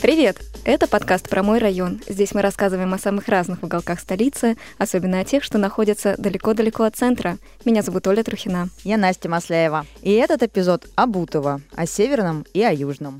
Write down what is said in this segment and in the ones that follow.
Привет! Это подкаст про мой район. Здесь мы рассказываем о самых разных уголках столицы, особенно о тех, что находятся далеко-далеко от центра. Меня зовут Оля Трухина. Я Настя Масляева. И этот эпизод о Бутово, о северном и о южном.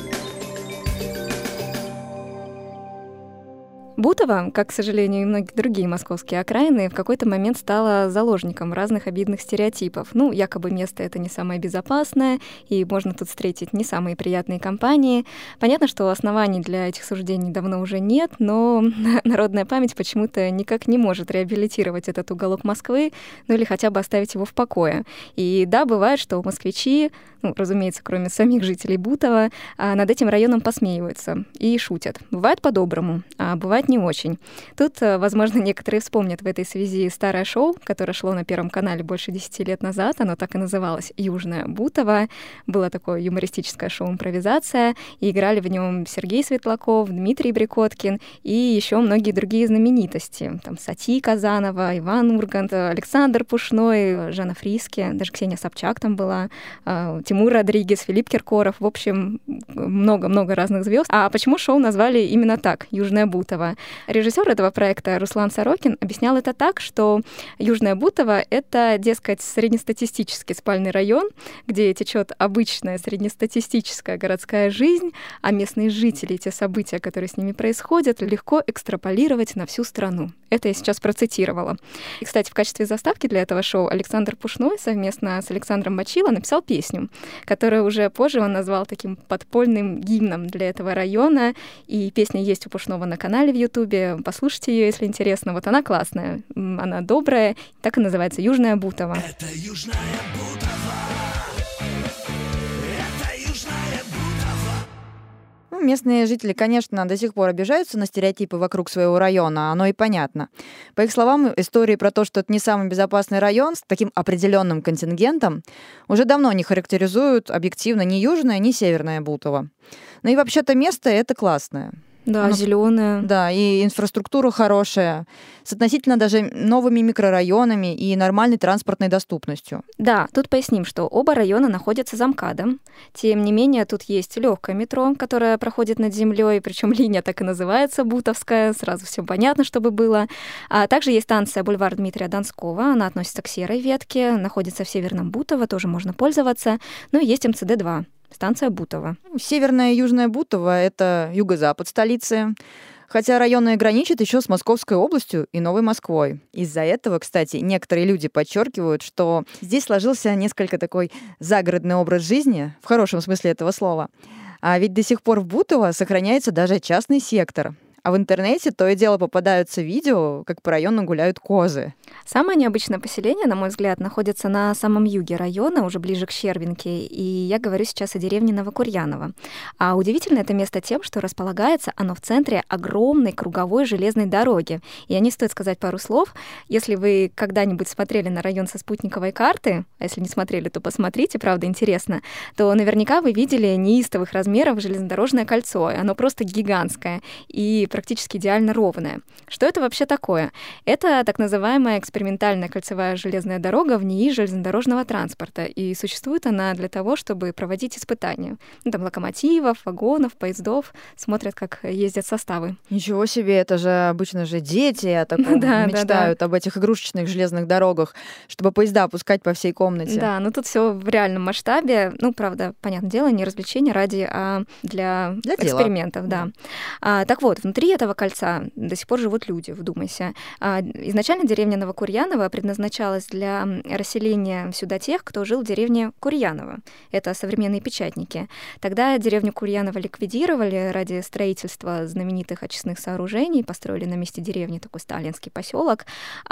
Бутово, как, к сожалению, и многие другие московские окраины, в какой-то момент стало заложником разных обидных стереотипов. Якобы место это не самое безопасное, и можно тут встретить не самые приятные компании. Понятно, что оснований для этих суждений давно уже нет, но народная память почему-то никак не может реабилитировать этот уголок Москвы, или хотя бы оставить его в покое. И да, бывает, что москвичи, разумеется, кроме самих жителей Бутова, над этим районом посмеиваются и шутят. Бывает по-доброму, а бывает не очень. Тут, возможно, некоторые вспомнят в этой связи старое шоу, которое шло на Первом канале больше 10 лет назад. Оно так и называлось «Южное Бутово». Было такое юмористическое шоу-импровизация, и играли в нем Сергей Светлаков, Дмитрий Брикоткин и еще многие другие знаменитости. Там Сати Казанова, Иван Ургант, Александр Пушной, Жанна Фриске, даже Ксения Собчак там была, Тимур Родригес, Филипп Киркоров. В общем, много-много разных звезд. А почему шоу назвали именно так «Южное Бутово»? Режиссер этого проекта Руслан Сорокин объяснял это так, что Южное Бутово — это, дескать, среднестатистический спальный район, где течет обычная среднестатистическая городская жизнь, а местные жители, те события, которые с ними происходят, легко экстраполировать на всю страну. Это я сейчас процитировала. И, кстати, в качестве заставки для этого шоу Александр Пушной совместно с Александром Мочило написал песню, которую уже позже он назвал таким подпольным гимном для этого района. И песня есть у Пушного на канале в Ютубе. Послушайте ее, если интересно. Вот она классная, она добрая, так и называется «Южное Бутово». Это Южное Бутово. Это Южное Бутово. Местные жители, конечно, до сих пор обижаются на стереотипы вокруг своего района, оно и понятно. По их словам, истории про то, что это не самый безопасный район с таким определенным контингентом, уже давно не характеризуют объективно ни Южное, ни Северное Бутово. Ну и вообще-то место это классное. Да, зеленая. Да, и инфраструктура хорошая, с относительно даже новыми микрорайонами и нормальной транспортной доступностью. Да, тут поясним, что оба района находятся за МКАДом. Тем не менее, тут есть легкое метро, которое проходит над землей, причем линия так и называется Бутовская, сразу все понятно, чтобы было. А также есть станция бульвар Дмитрия Донского, она относится к серой ветке, находится в Северном Бутово, тоже можно пользоваться. Ну и есть МЦД-2. Станция Бутово. Северное и Южное Бутово — это юго-запад столицы, хотя районы граничат еще с Московской областью и Новой Москвой. Из-за этого, кстати, некоторые люди подчеркивают, что здесь сложился несколько такой загородный образ жизни, в хорошем смысле этого слова. А ведь до сих пор в Бутово сохраняется даже частный сектор. А в интернете то и дело попадаются видео, как по району гуляют козы. Самое необычное поселение, на мой взгляд, находится на самом юге района, уже ближе к Щербинке, и я говорю сейчас о деревне Новокурьяново. А удивительно это место тем, что располагается оно в центре огромной круговой железной дороги. И о ней стоит сказать пару слов. Если вы когда-нибудь смотрели на район со спутниковой карты, а если не смотрели, то посмотрите, правда, интересно, то наверняка вы видели неистовых размеров железнодорожное кольцо. Оно просто гигантское и практически идеально ровная. Что это вообще такое? Это так называемая экспериментальная кольцевая железная дорога в НИИ железнодорожного транспорта, и существует она для того, чтобы проводить испытания. Там локомотивов, вагонов, поездов, смотрят, как ездят составы. Ничего себе, это же обычно же дети о таком мечтают, об этих игрушечных железных дорогах, чтобы поезда пускать по всей комнате. Да, но тут все в реальном масштабе. Правда, понятное дело, не развлечение ради, а для экспериментов. Да. Так вот, внутри этого кольца до сих пор живут люди, вдумайся. Изначально деревня Новокурьяново предназначалась для расселения сюда тех, кто жил в деревне Курьяново. Это современные печатники. Тогда деревню Курьяново ликвидировали ради строительства знаменитых очистных сооружений, построили на месте деревни такой сталинский поселок,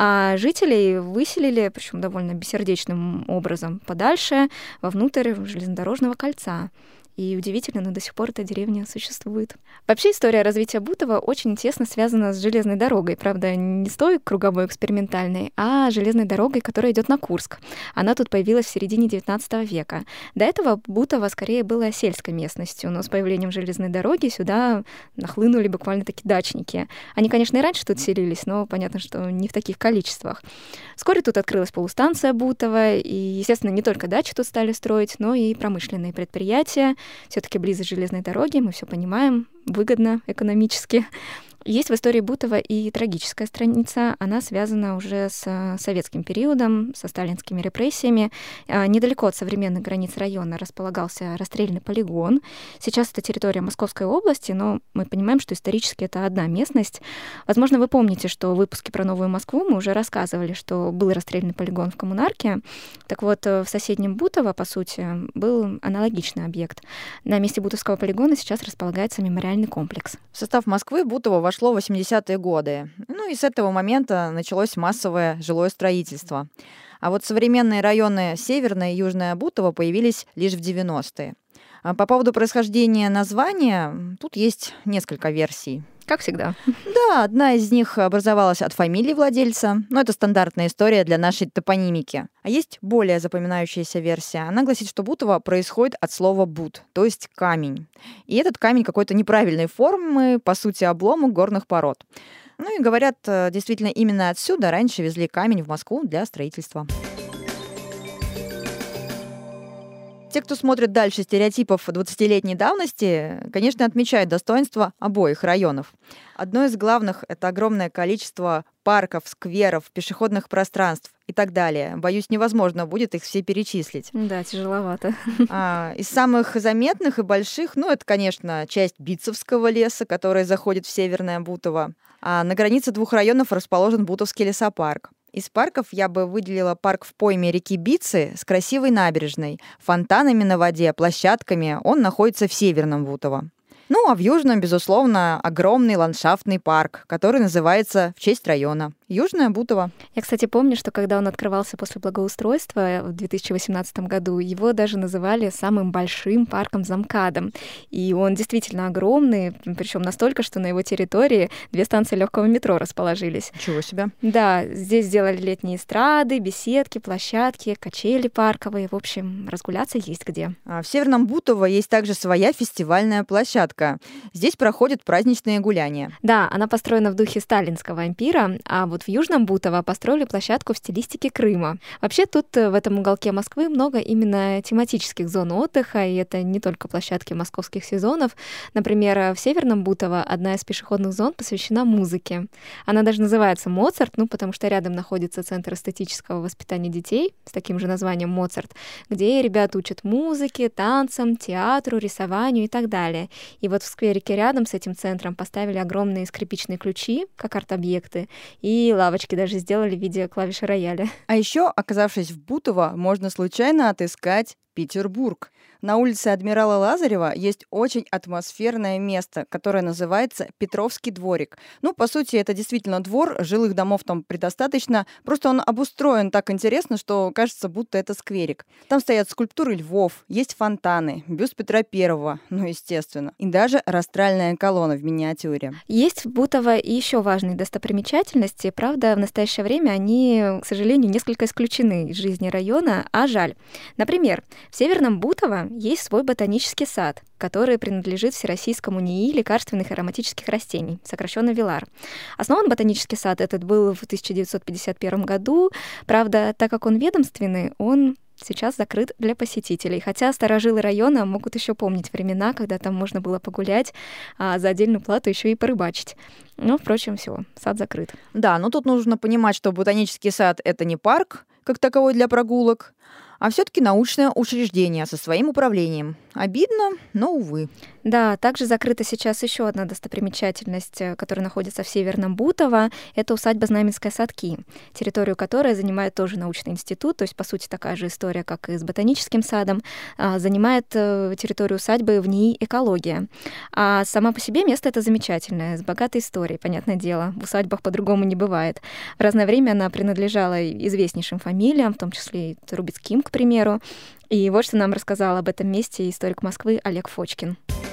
а жителей выселили, причем довольно бессердечным образом, подальше, вовнутрь железнодорожного кольца. И удивительно, но до сих пор эта деревня существует. Вообще история развития Бутова очень тесно связана с железной дорогой. Правда, не с той круговой экспериментальной, а железной дорогой, которая идет на Курск. Она тут появилась в середине XIX века. До этого Бутово скорее было сельской местностью, но с появлением железной дороги сюда нахлынули буквально такие дачники. Они, конечно, и раньше тут селились, но понятно, что не в таких количествах. Вскоре тут открылась полустанция Бутово, и, естественно, не только дачи тут стали строить, но и промышленные предприятия. Все-таки близость железной дороги, мы все понимаем, выгодно экономически. Есть в истории Бутова и трагическая страница. Она связана уже с советским периодом, со сталинскими репрессиями. Недалеко от современных границ района располагался расстрельный полигон. Сейчас это территория Московской области, но мы понимаем, что исторически это одна местность. Возможно, вы помните, что в выпуске про Новую Москву мы уже рассказывали, что был расстрельный полигон в Коммунарке. Так вот, в соседнем Бутово, по сути, был аналогичный объект. На месте Бутовского полигона сейчас располагается мемориальный комплекс. В состав Москвы Бутово вошло в 80-е годы. Ну и с этого момента началось массовое жилое строительство. А вот современные районы Северное и Южное Бутово появились лишь в 90-е. А по поводу происхождения названия тут есть несколько версий. Как всегда. Да, одна из них образовалась от фамилии владельца, но это стандартная история для нашей топонимики. А есть более запоминающаяся версия. Она гласит, что Бутово происходит от слова «бут», то есть камень. И этот камень какой-то неправильной формы, по сути, обломок горных пород. Ну и говорят, действительно, именно отсюда раньше везли камень в Москву для строительства. Те, кто смотрит дальше стереотипов 20-летней давности, конечно, отмечают достоинства обоих районов. Одно из главных — это огромное количество парков, скверов, пешеходных пространств и так далее. Боюсь, невозможно будет их все перечислить. Да, тяжеловато. Из самых заметных и больших, это, конечно, часть Битцевского леса, который заходит в Северное Бутово. А на границе двух районов расположен Бутовский лесопарк. Из парков я бы выделила парк в пойме реки Бицы с красивой набережной, фонтанами на воде, площадками. Он находится в Северном Бутово. Ну, а в Южном, безусловно, огромный ландшафтный парк, который называется в честь района — Южное Бутово. Я, кстати, помню, что когда он открывался после благоустройства в 2018 году, его даже называли самым большим парком за МКАДом. И он действительно огромный, причем настолько, что на его территории 2 станции легкого метро расположились. Ничего себе. Да, здесь сделали летние эстрады, беседки, площадки, качели парковые. В общем, разгуляться есть где. В Северном Бутово есть также своя фестивальная площадка. Здесь проходят праздничные гуляния. Да, она построена в духе сталинского ампира, а вот в Южном Бутово построили площадку в стилистике Крыма. Вообще тут в этом уголке Москвы много именно тематических зон отдыха, и это не только площадки московских сезонов. Например, в Северном Бутово одна из пешеходных зон посвящена музыке. Она даже называется «Моцарт», потому что рядом находится Центр эстетического воспитания детей с таким же названием «Моцарт», где ребята учат музыке, танцам, театру, рисованию и так далее. И вот в скверике рядом с этим центром поставили огромные скрипичные ключи, как арт-объекты, и лавочки даже сделали в виде клавиши рояля. А еще, оказавшись в Бутово, можно случайно отыскать Петербург. На улице Адмирала Лазарева есть очень атмосферное место, которое называется Петровский дворик. По сути, это действительно двор, жилых домов там предостаточно, просто он обустроен так интересно, что кажется, будто это скверик. Там стоят скульптуры львов, есть фонтаны, бюст Петра Первого, естественно, и даже растральная колонна в миниатюре. Есть в Бутово и еще важные достопримечательности, правда, в настоящее время они, к сожалению, несколько исключены из жизни района, а жаль. Например, в Северном Бутово есть свой ботанический сад, который принадлежит Всероссийскому НИИ лекарственных и ароматических растений, сокращенно ВИЛАР. Основан ботанический сад этот был в 1951 году. Правда, так как он ведомственный, он сейчас закрыт для посетителей. Хотя старожилы района могут еще помнить времена, когда там можно было погулять, а за отдельную плату еще и порыбачить. Но, впрочем, все, сад закрыт. Да, но тут нужно понимать, что ботанический сад — это не парк, как таковой для прогулок, а все-таки научное учреждение со своим управлением. Обидно, но увы. Да, также закрыта сейчас еще одна достопримечательность, которая находится в Северном Бутово. Это усадьба Знаменская Садки, территорию которой занимает тоже научный институт, то есть, по сути, такая же история, как и с ботаническим садом. Занимает территорию усадьбы в НИИ «Экология». А сама по себе место это замечательное, с богатой историей, понятное дело. В усадьбах по-другому не бывает. В разное время она принадлежала известнейшим фамилиям, в том числе и Трубецким, к примеру. И вот что нам рассказал об этом месте историк Москвы Олег Фочкин.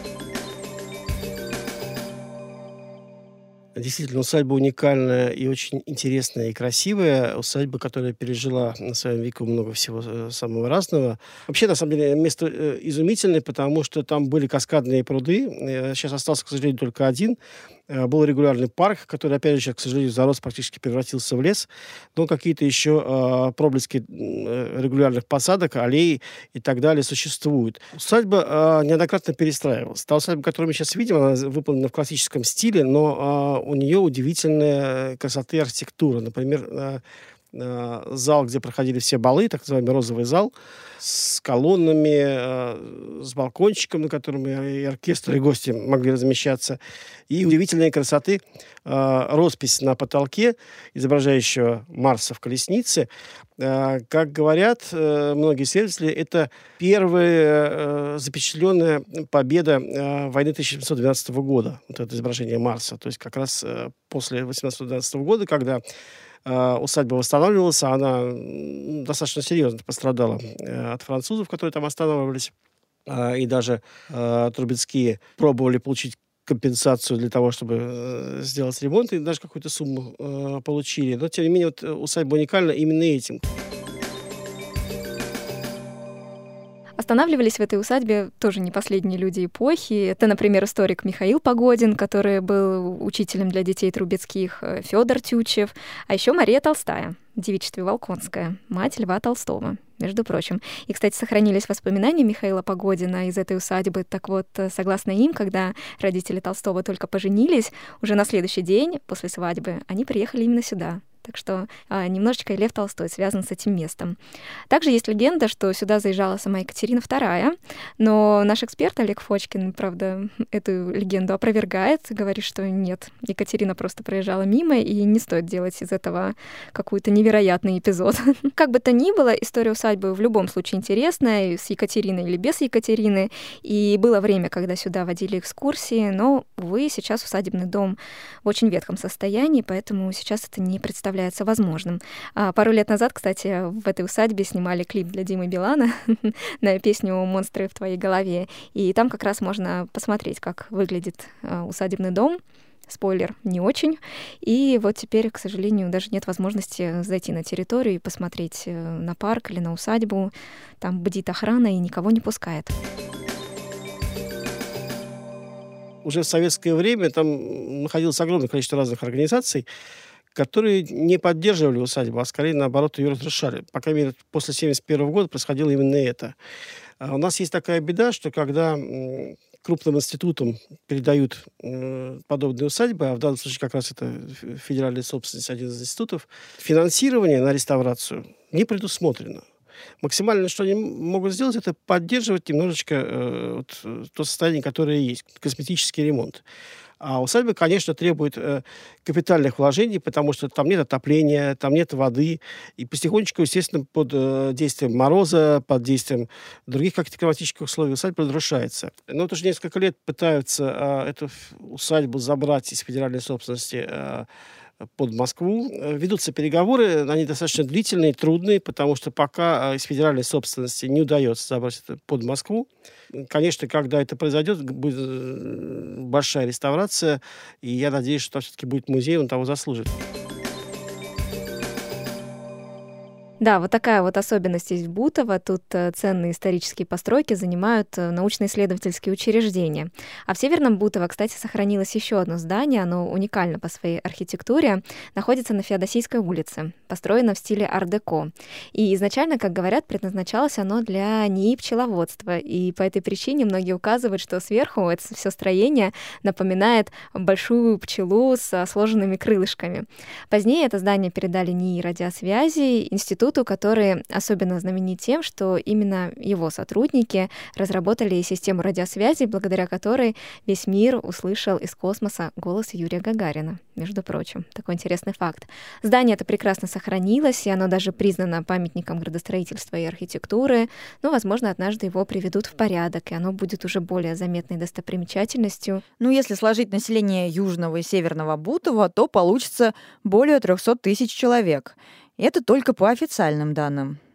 Действительно, усадьба уникальная и очень интересная и красивая. Усадьба, которая пережила на своем веку много всего самого разного. Вообще, на самом деле, место изумительное, потому что там были каскадные пруды. Сейчас остался, к сожалению, только один. был регулярный парк, который, опять же, сейчас, к сожалению, зарос, практически превратился в лес, но какие-то еще проблески регулярных посадок, аллей и так далее существуют. Усадьба неоднократно перестраивалась. Та усадьба, которую мы сейчас видим, она выполнена в классическом стиле, но у нее удивительная красоты архитектура. Например, зал, где проходили все балы, так называемый розовый зал, с колоннами, с балкончиком, на котором и оркестр, и гости могли размещаться. И удивительной красоты роспись на потолке, изображающая Марса в колеснице. Как говорят многие исследователи, это первая запечатленная победа войны 1712 года. Вот это изображение Марса. То есть как раз после 1812 года, когда усадьба восстанавливалась, она достаточно серьезно пострадала от французов, которые там останавливались. И даже Трубецкие пробовали получить компенсацию для того, чтобы сделать ремонт, и даже какую-то сумму получили. Но, тем не менее, вот усадьба уникальна именно этим. Останавливались в этой усадьбе тоже не последние люди эпохи. Это, например, историк Михаил Погодин, который был учителем для детей Трубецких, Федор Тютчев, а еще Мария Толстая, в девичестве Волконская, мать Льва Толстого, между прочим. И, кстати, сохранились воспоминания Михаила Погодина из этой усадьбы. Так вот, согласно им, когда родители Толстого только поженились, уже на следующий день после свадьбы они приехали именно сюда. Так что немножечко Лев Толстой связан с этим местом. Также есть легенда, что сюда заезжала сама Екатерина II, но наш эксперт Олег Фочкин, правда, эту легенду опровергает, говорит, что нет, Екатерина просто проезжала мимо, и не стоит делать из этого какой-то невероятный эпизод. Как бы то ни было, история усадьбы в любом случае интересная, с Екатериной или без Екатерины, и было время, когда сюда водили экскурсии, но, увы, сейчас усадебный дом в очень ветхом состоянии, поэтому сейчас это не представляется возможным. Пару лет назад, кстати, в этой усадьбе снимали клип для Димы Билана на песню «Монстры в твоей голове». И там как раз можно посмотреть, как выглядит усадебный дом. Спойлер, не очень. И вот теперь, к сожалению, даже нет возможности зайти на территорию и посмотреть на парк или на усадьбу. Там бдит охрана и никого не пускает. Уже в советское время там находилось огромное количество разных организаций, которые не поддерживали усадьбу, а скорее, наоборот, ее разрушали. По крайней мере, после 1971 года происходило именно это. У нас есть такая беда, что когда крупным институтам передают подобные усадьбы, а в данном случае как раз это федеральная собственность, один из институтов, финансирование на реставрацию не предусмотрено. Максимально, что они могут сделать, это поддерживать немножечко то состояние, которое есть, косметический ремонт. А усадьба, конечно, требует капитальных вложений, потому что там нет отопления, там нет воды. И потихонечку, естественно, под действием мороза, под действием других каких-то климатических условий усадьба разрушается. Но вот уже несколько лет пытаются эту усадьбу забрать из федеральной собственности под Москву. Ведутся переговоры, они достаточно длительные, трудные, потому что пока из федеральной собственности не удается забрать это под Москву. Конечно, когда это произойдет, будет большая реставрация, и я надеюсь, что там все-таки будет музей, он того заслужит. Да, вот такая вот особенность есть в Бутово. Тут ценные исторические постройки занимают научно-исследовательские учреждения. А в Северном Бутово, кстати, сохранилось еще одно здание. Оно уникально по своей архитектуре. Находится на Феодосийской улице. Построено в стиле ар-деко. И изначально, как говорят, предназначалось оно для НИИ пчеловодства. И по этой причине многие указывают, что сверху это все строение напоминает большую пчелу со сложенными крылышками. Позднее это здание передали НИИ радиосвязи, институту, который особенно знаменит тем, что именно его сотрудники разработали систему радиосвязи, благодаря которой весь мир услышал из космоса голос Юрия Гагарина, между прочим. Такой интересный факт. Здание это прекрасно сохранилось, и оно даже признано памятником градостроительства и архитектуры. Но, возможно, однажды его приведут в порядок, и оно будет уже более заметной достопримечательностью. Ну, если сложить население Южного и Северного Бутова, то получится более 300 тысяч человек. Это только по официальным данным.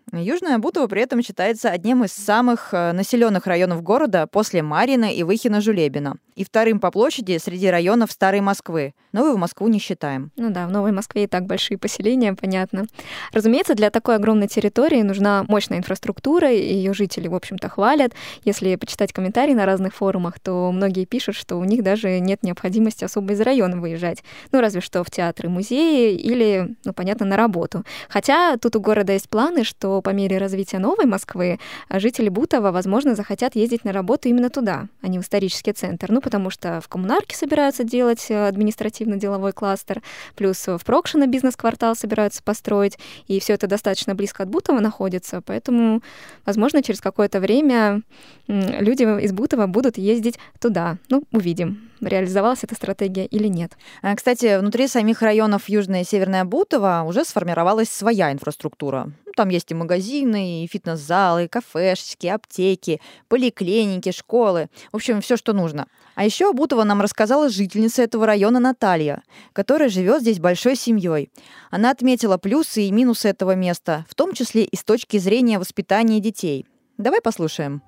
Южная Бутово при этом считается одним из самых населенных районов города после Марьино и Выхино-Жулебино. И вторым по площади среди районов Старой Москвы. Новую Москву не считаем. Ну да, в Новой Москве и так большие поселения, понятно. Разумеется, для такой огромной территории нужна мощная инфраструктура, и ее жители, в общем-то, хвалят. Если почитать комментарии на разных форумах, то многие пишут, что у них даже нет необходимости особо из района выезжать. Ну, разве что в театры, музеи или, ну, понятно, на работу. Хотя тут у города есть планы, что по мере развития Новой Москвы жители Бутова, возможно, захотят ездить на работу именно туда, а не в исторический центр. Ну, потому что в Коммунарке собираются делать административно-деловой кластер, плюс в Прокшино бизнес-квартал собираются построить, и все это достаточно близко от Бутова находится, поэтому, возможно, через какое-то время люди из Бутова будут ездить туда. Ну, увидим, реализовалась эта стратегия или нет. Кстати, внутри самих районов Южная и Северная Бутово уже сформировалась своя инфраструктура. Там есть и магазины, и фитнес-залы, и кафешечки, аптеки, поликлиники, школы. В общем, все, что нужно. А еще о Бутово нам рассказала жительница этого района Наталья, которая живет здесь большой семьей. Она отметила плюсы и минусы этого места, в том числе и с точки зрения воспитания детей. Давай послушаем.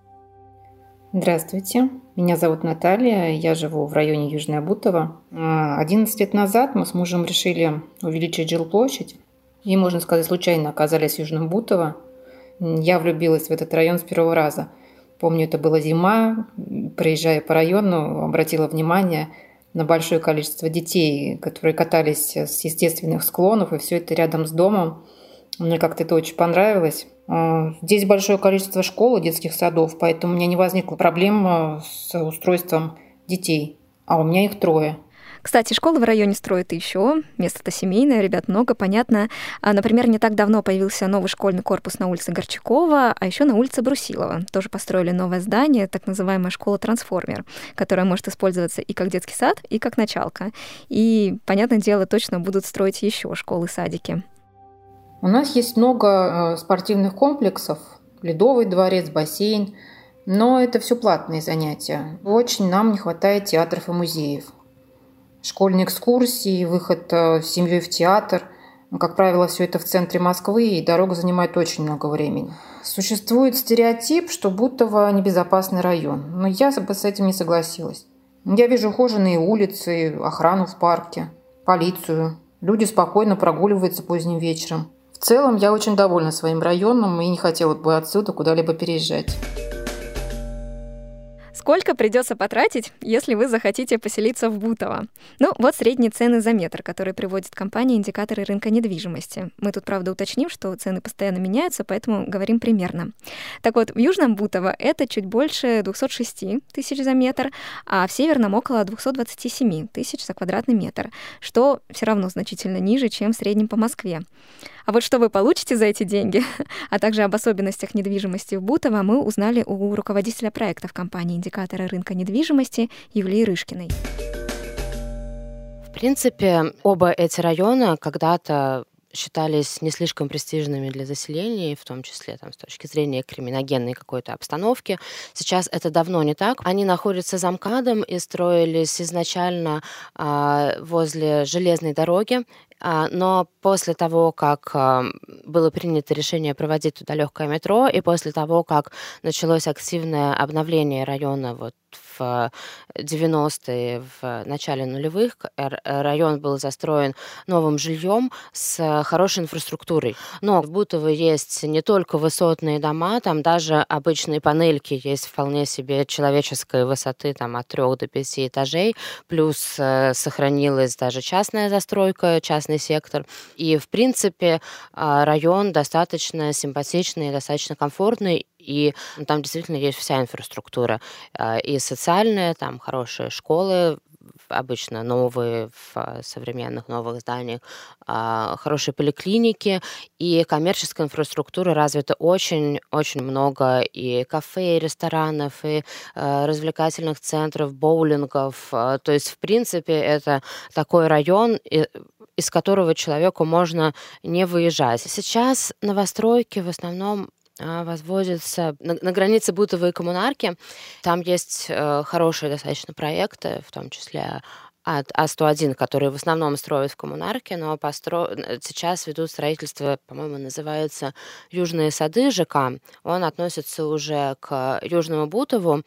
Здравствуйте, меня зовут Наталья, я живу в районе Южная Бутово. 11 лет назад мы с мужем решили увеличить жилплощадь, и, можно сказать, случайно оказались в Южном Бутово. Я влюбилась в этот район с первого раза. Помню, это была зима, проезжая по району, обратила внимание на большое количество детей, которые катались с естественных склонов, и все это рядом с домом. Мне как-то это очень понравилось. Здесь большое количество школ и детских садов, поэтому у меня не возникло проблем с устройством детей. А у меня их 3. Кстати, школы в районе строят еще. Место-то семейное, ребят много, понятно. Например, не так давно появился новый школьный корпус на улице Горчакова, а еще на улице Брусилова. Тоже построили новое здание, так называемая школа-трансформер, которая может использоваться и как детский сад, и как началка. И, понятное дело, точно будут строить еще школы-садики. У нас есть много спортивных комплексов, Ледовый дворец, бассейн, но это все платные занятия. Очень нам не хватает театров и музеев. Школьные экскурсии, выход с семьей в театр. Как правило, все это в центре Москвы, и дорога занимает очень много времени. Существует стереотип, что Бутово небезопасный район, но я бы с этим не согласилась. Я вижу ухоженные улицы, охрану в парке, полицию. Люди спокойно прогуливаются поздним вечером. В целом, я очень довольна своим районом и не хотела бы отсюда куда-либо переезжать. Сколько придется потратить, если вы захотите поселиться в Бутово? Ну, вот средние цены за метр, которые приводит компания «Индикаторы рынка недвижимости». Мы тут, правда, уточним, что цены постоянно меняются, поэтому говорим примерно. Так вот, в Южном Бутово это чуть больше 206 тысяч за метр, а в Северном около 227 тысяч за квадратный метр, что все равно значительно ниже, чем в среднем по Москве. А вот что вы получите за эти деньги, а также об особенностях недвижимости в Бутово мы узнали у руководителя проектов компании «Индикаторы рынка недвижимости» Юлии Рышкиной. В принципе, оба эти района когда-то считались не слишком престижными для заселения, в том числе там, с точки зрения криминогенной какой-то обстановки. Сейчас это давно не так. Они находятся за МКАДом и строились изначально возле железной дороги, но после того, как было принято решение проводить туда легкое метро, и после того, как началось активное обновление района вот в 90-е, в начале нулевых, район был застроен новым жильем с хорошей инфраструктурой. Но в Бутово есть не только высотные дома, там даже обычные панельки есть вполне себе человеческой высоты, там от 3 до 5 этажей, плюс сохранилась даже частная застройка, частный сектор. И, в принципе, район достаточно симпатичный, достаточно комфортный, и там действительно есть вся инфраструктура. И социальная, там хорошие школы, обычно новые, в современных новых зданиях, хорошие поликлиники, и коммерческая инфраструктура развита очень много, и кафе, и ресторанов, и развлекательных центров, боулингов. То есть, в принципе, это такой район, из которого человеку можно не выезжать. Сейчас новостройки в основном возводятся на границе Бутова и Коммунарки. Там есть хорошие достаточно проекты, в том числе от А101, который в основном строят в коммунарке, но сейчас ведут строительство, по-моему, называется «Южные сады» ЖК. Он относится уже к Южному Бутову.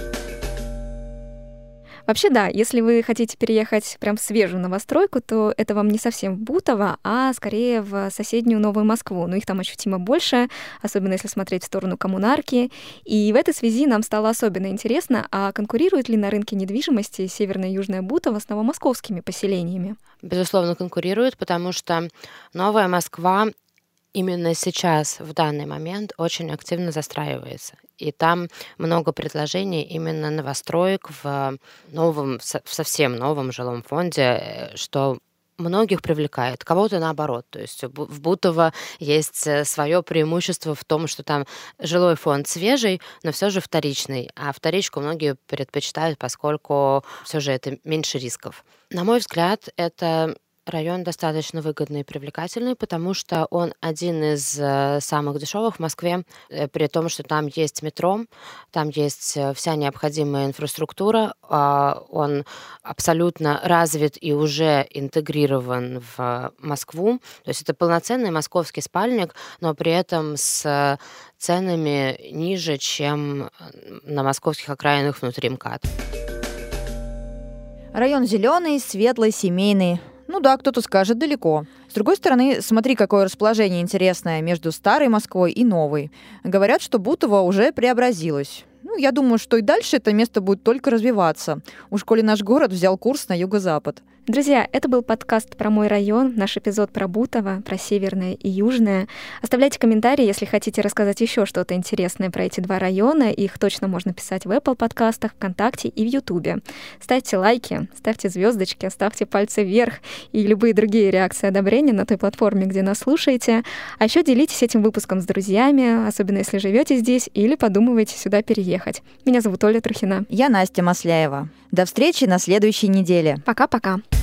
Вообще, да, если вы хотите переехать прям в свежую новостройку, то это вам не совсем в Бутово, а скорее в соседнюю Новую Москву. Но их там ощутимо больше, особенно если смотреть в сторону коммунарки. И в этой связи нам стало особенно интересно, а конкурирует ли на рынке недвижимости Северная и Южная Бутово с новомосковскими поселениями? Безусловно, конкурирует, потому что Новая Москва именно сейчас, в данный момент, очень активно застраивается. И там много предложений именно новостроек в совсем новом жилом фонде, что многих привлекает, кого-то наоборот. То есть в Бутово есть свое преимущество в том, что там жилой фонд свежий, но все же вторичный. А вторичку многие предпочитают, поскольку все же это меньше рисков. На мой взгляд, это район достаточно выгодный и привлекательный, потому что он один из самых дешевых в Москве, при том, что там есть метро, там есть вся необходимая инфраструктура, он абсолютно развит и уже интегрирован в Москву. То есть это полноценный московский спальник, но при этом с ценами ниже, чем на московских окраинах внутри МКАД. Район зеленый, светлый, семейный. Ну да, кто-то скажет, далеко. С другой стороны, смотри, какое расположение интересное между старой Москвой и новой. Говорят, что Бутово уже преобразилось. Ну, я думаю, что и дальше это место будет только развиваться. Уж коли наш город взял курс на юго-запад. Друзья, это был подкаст про мой район, наш эпизод про Бутово, про Северное и Южное. Оставляйте комментарии, если хотите рассказать еще что-то интересное про эти два района. Их точно можно писать в Apple подкастах, ВКонтакте и в Ютубе. Ставьте лайки, ставьте звездочки, ставьте пальцы вверх и любые другие реакции одобрения на той платформе, где нас слушаете. А еще делитесь этим выпуском с друзьями, особенно если живете здесь или подумываете сюда переехать. Меня зовут Оля Трухина. Я Настя Масляева. До встречи на следующей неделе. Пока-пока.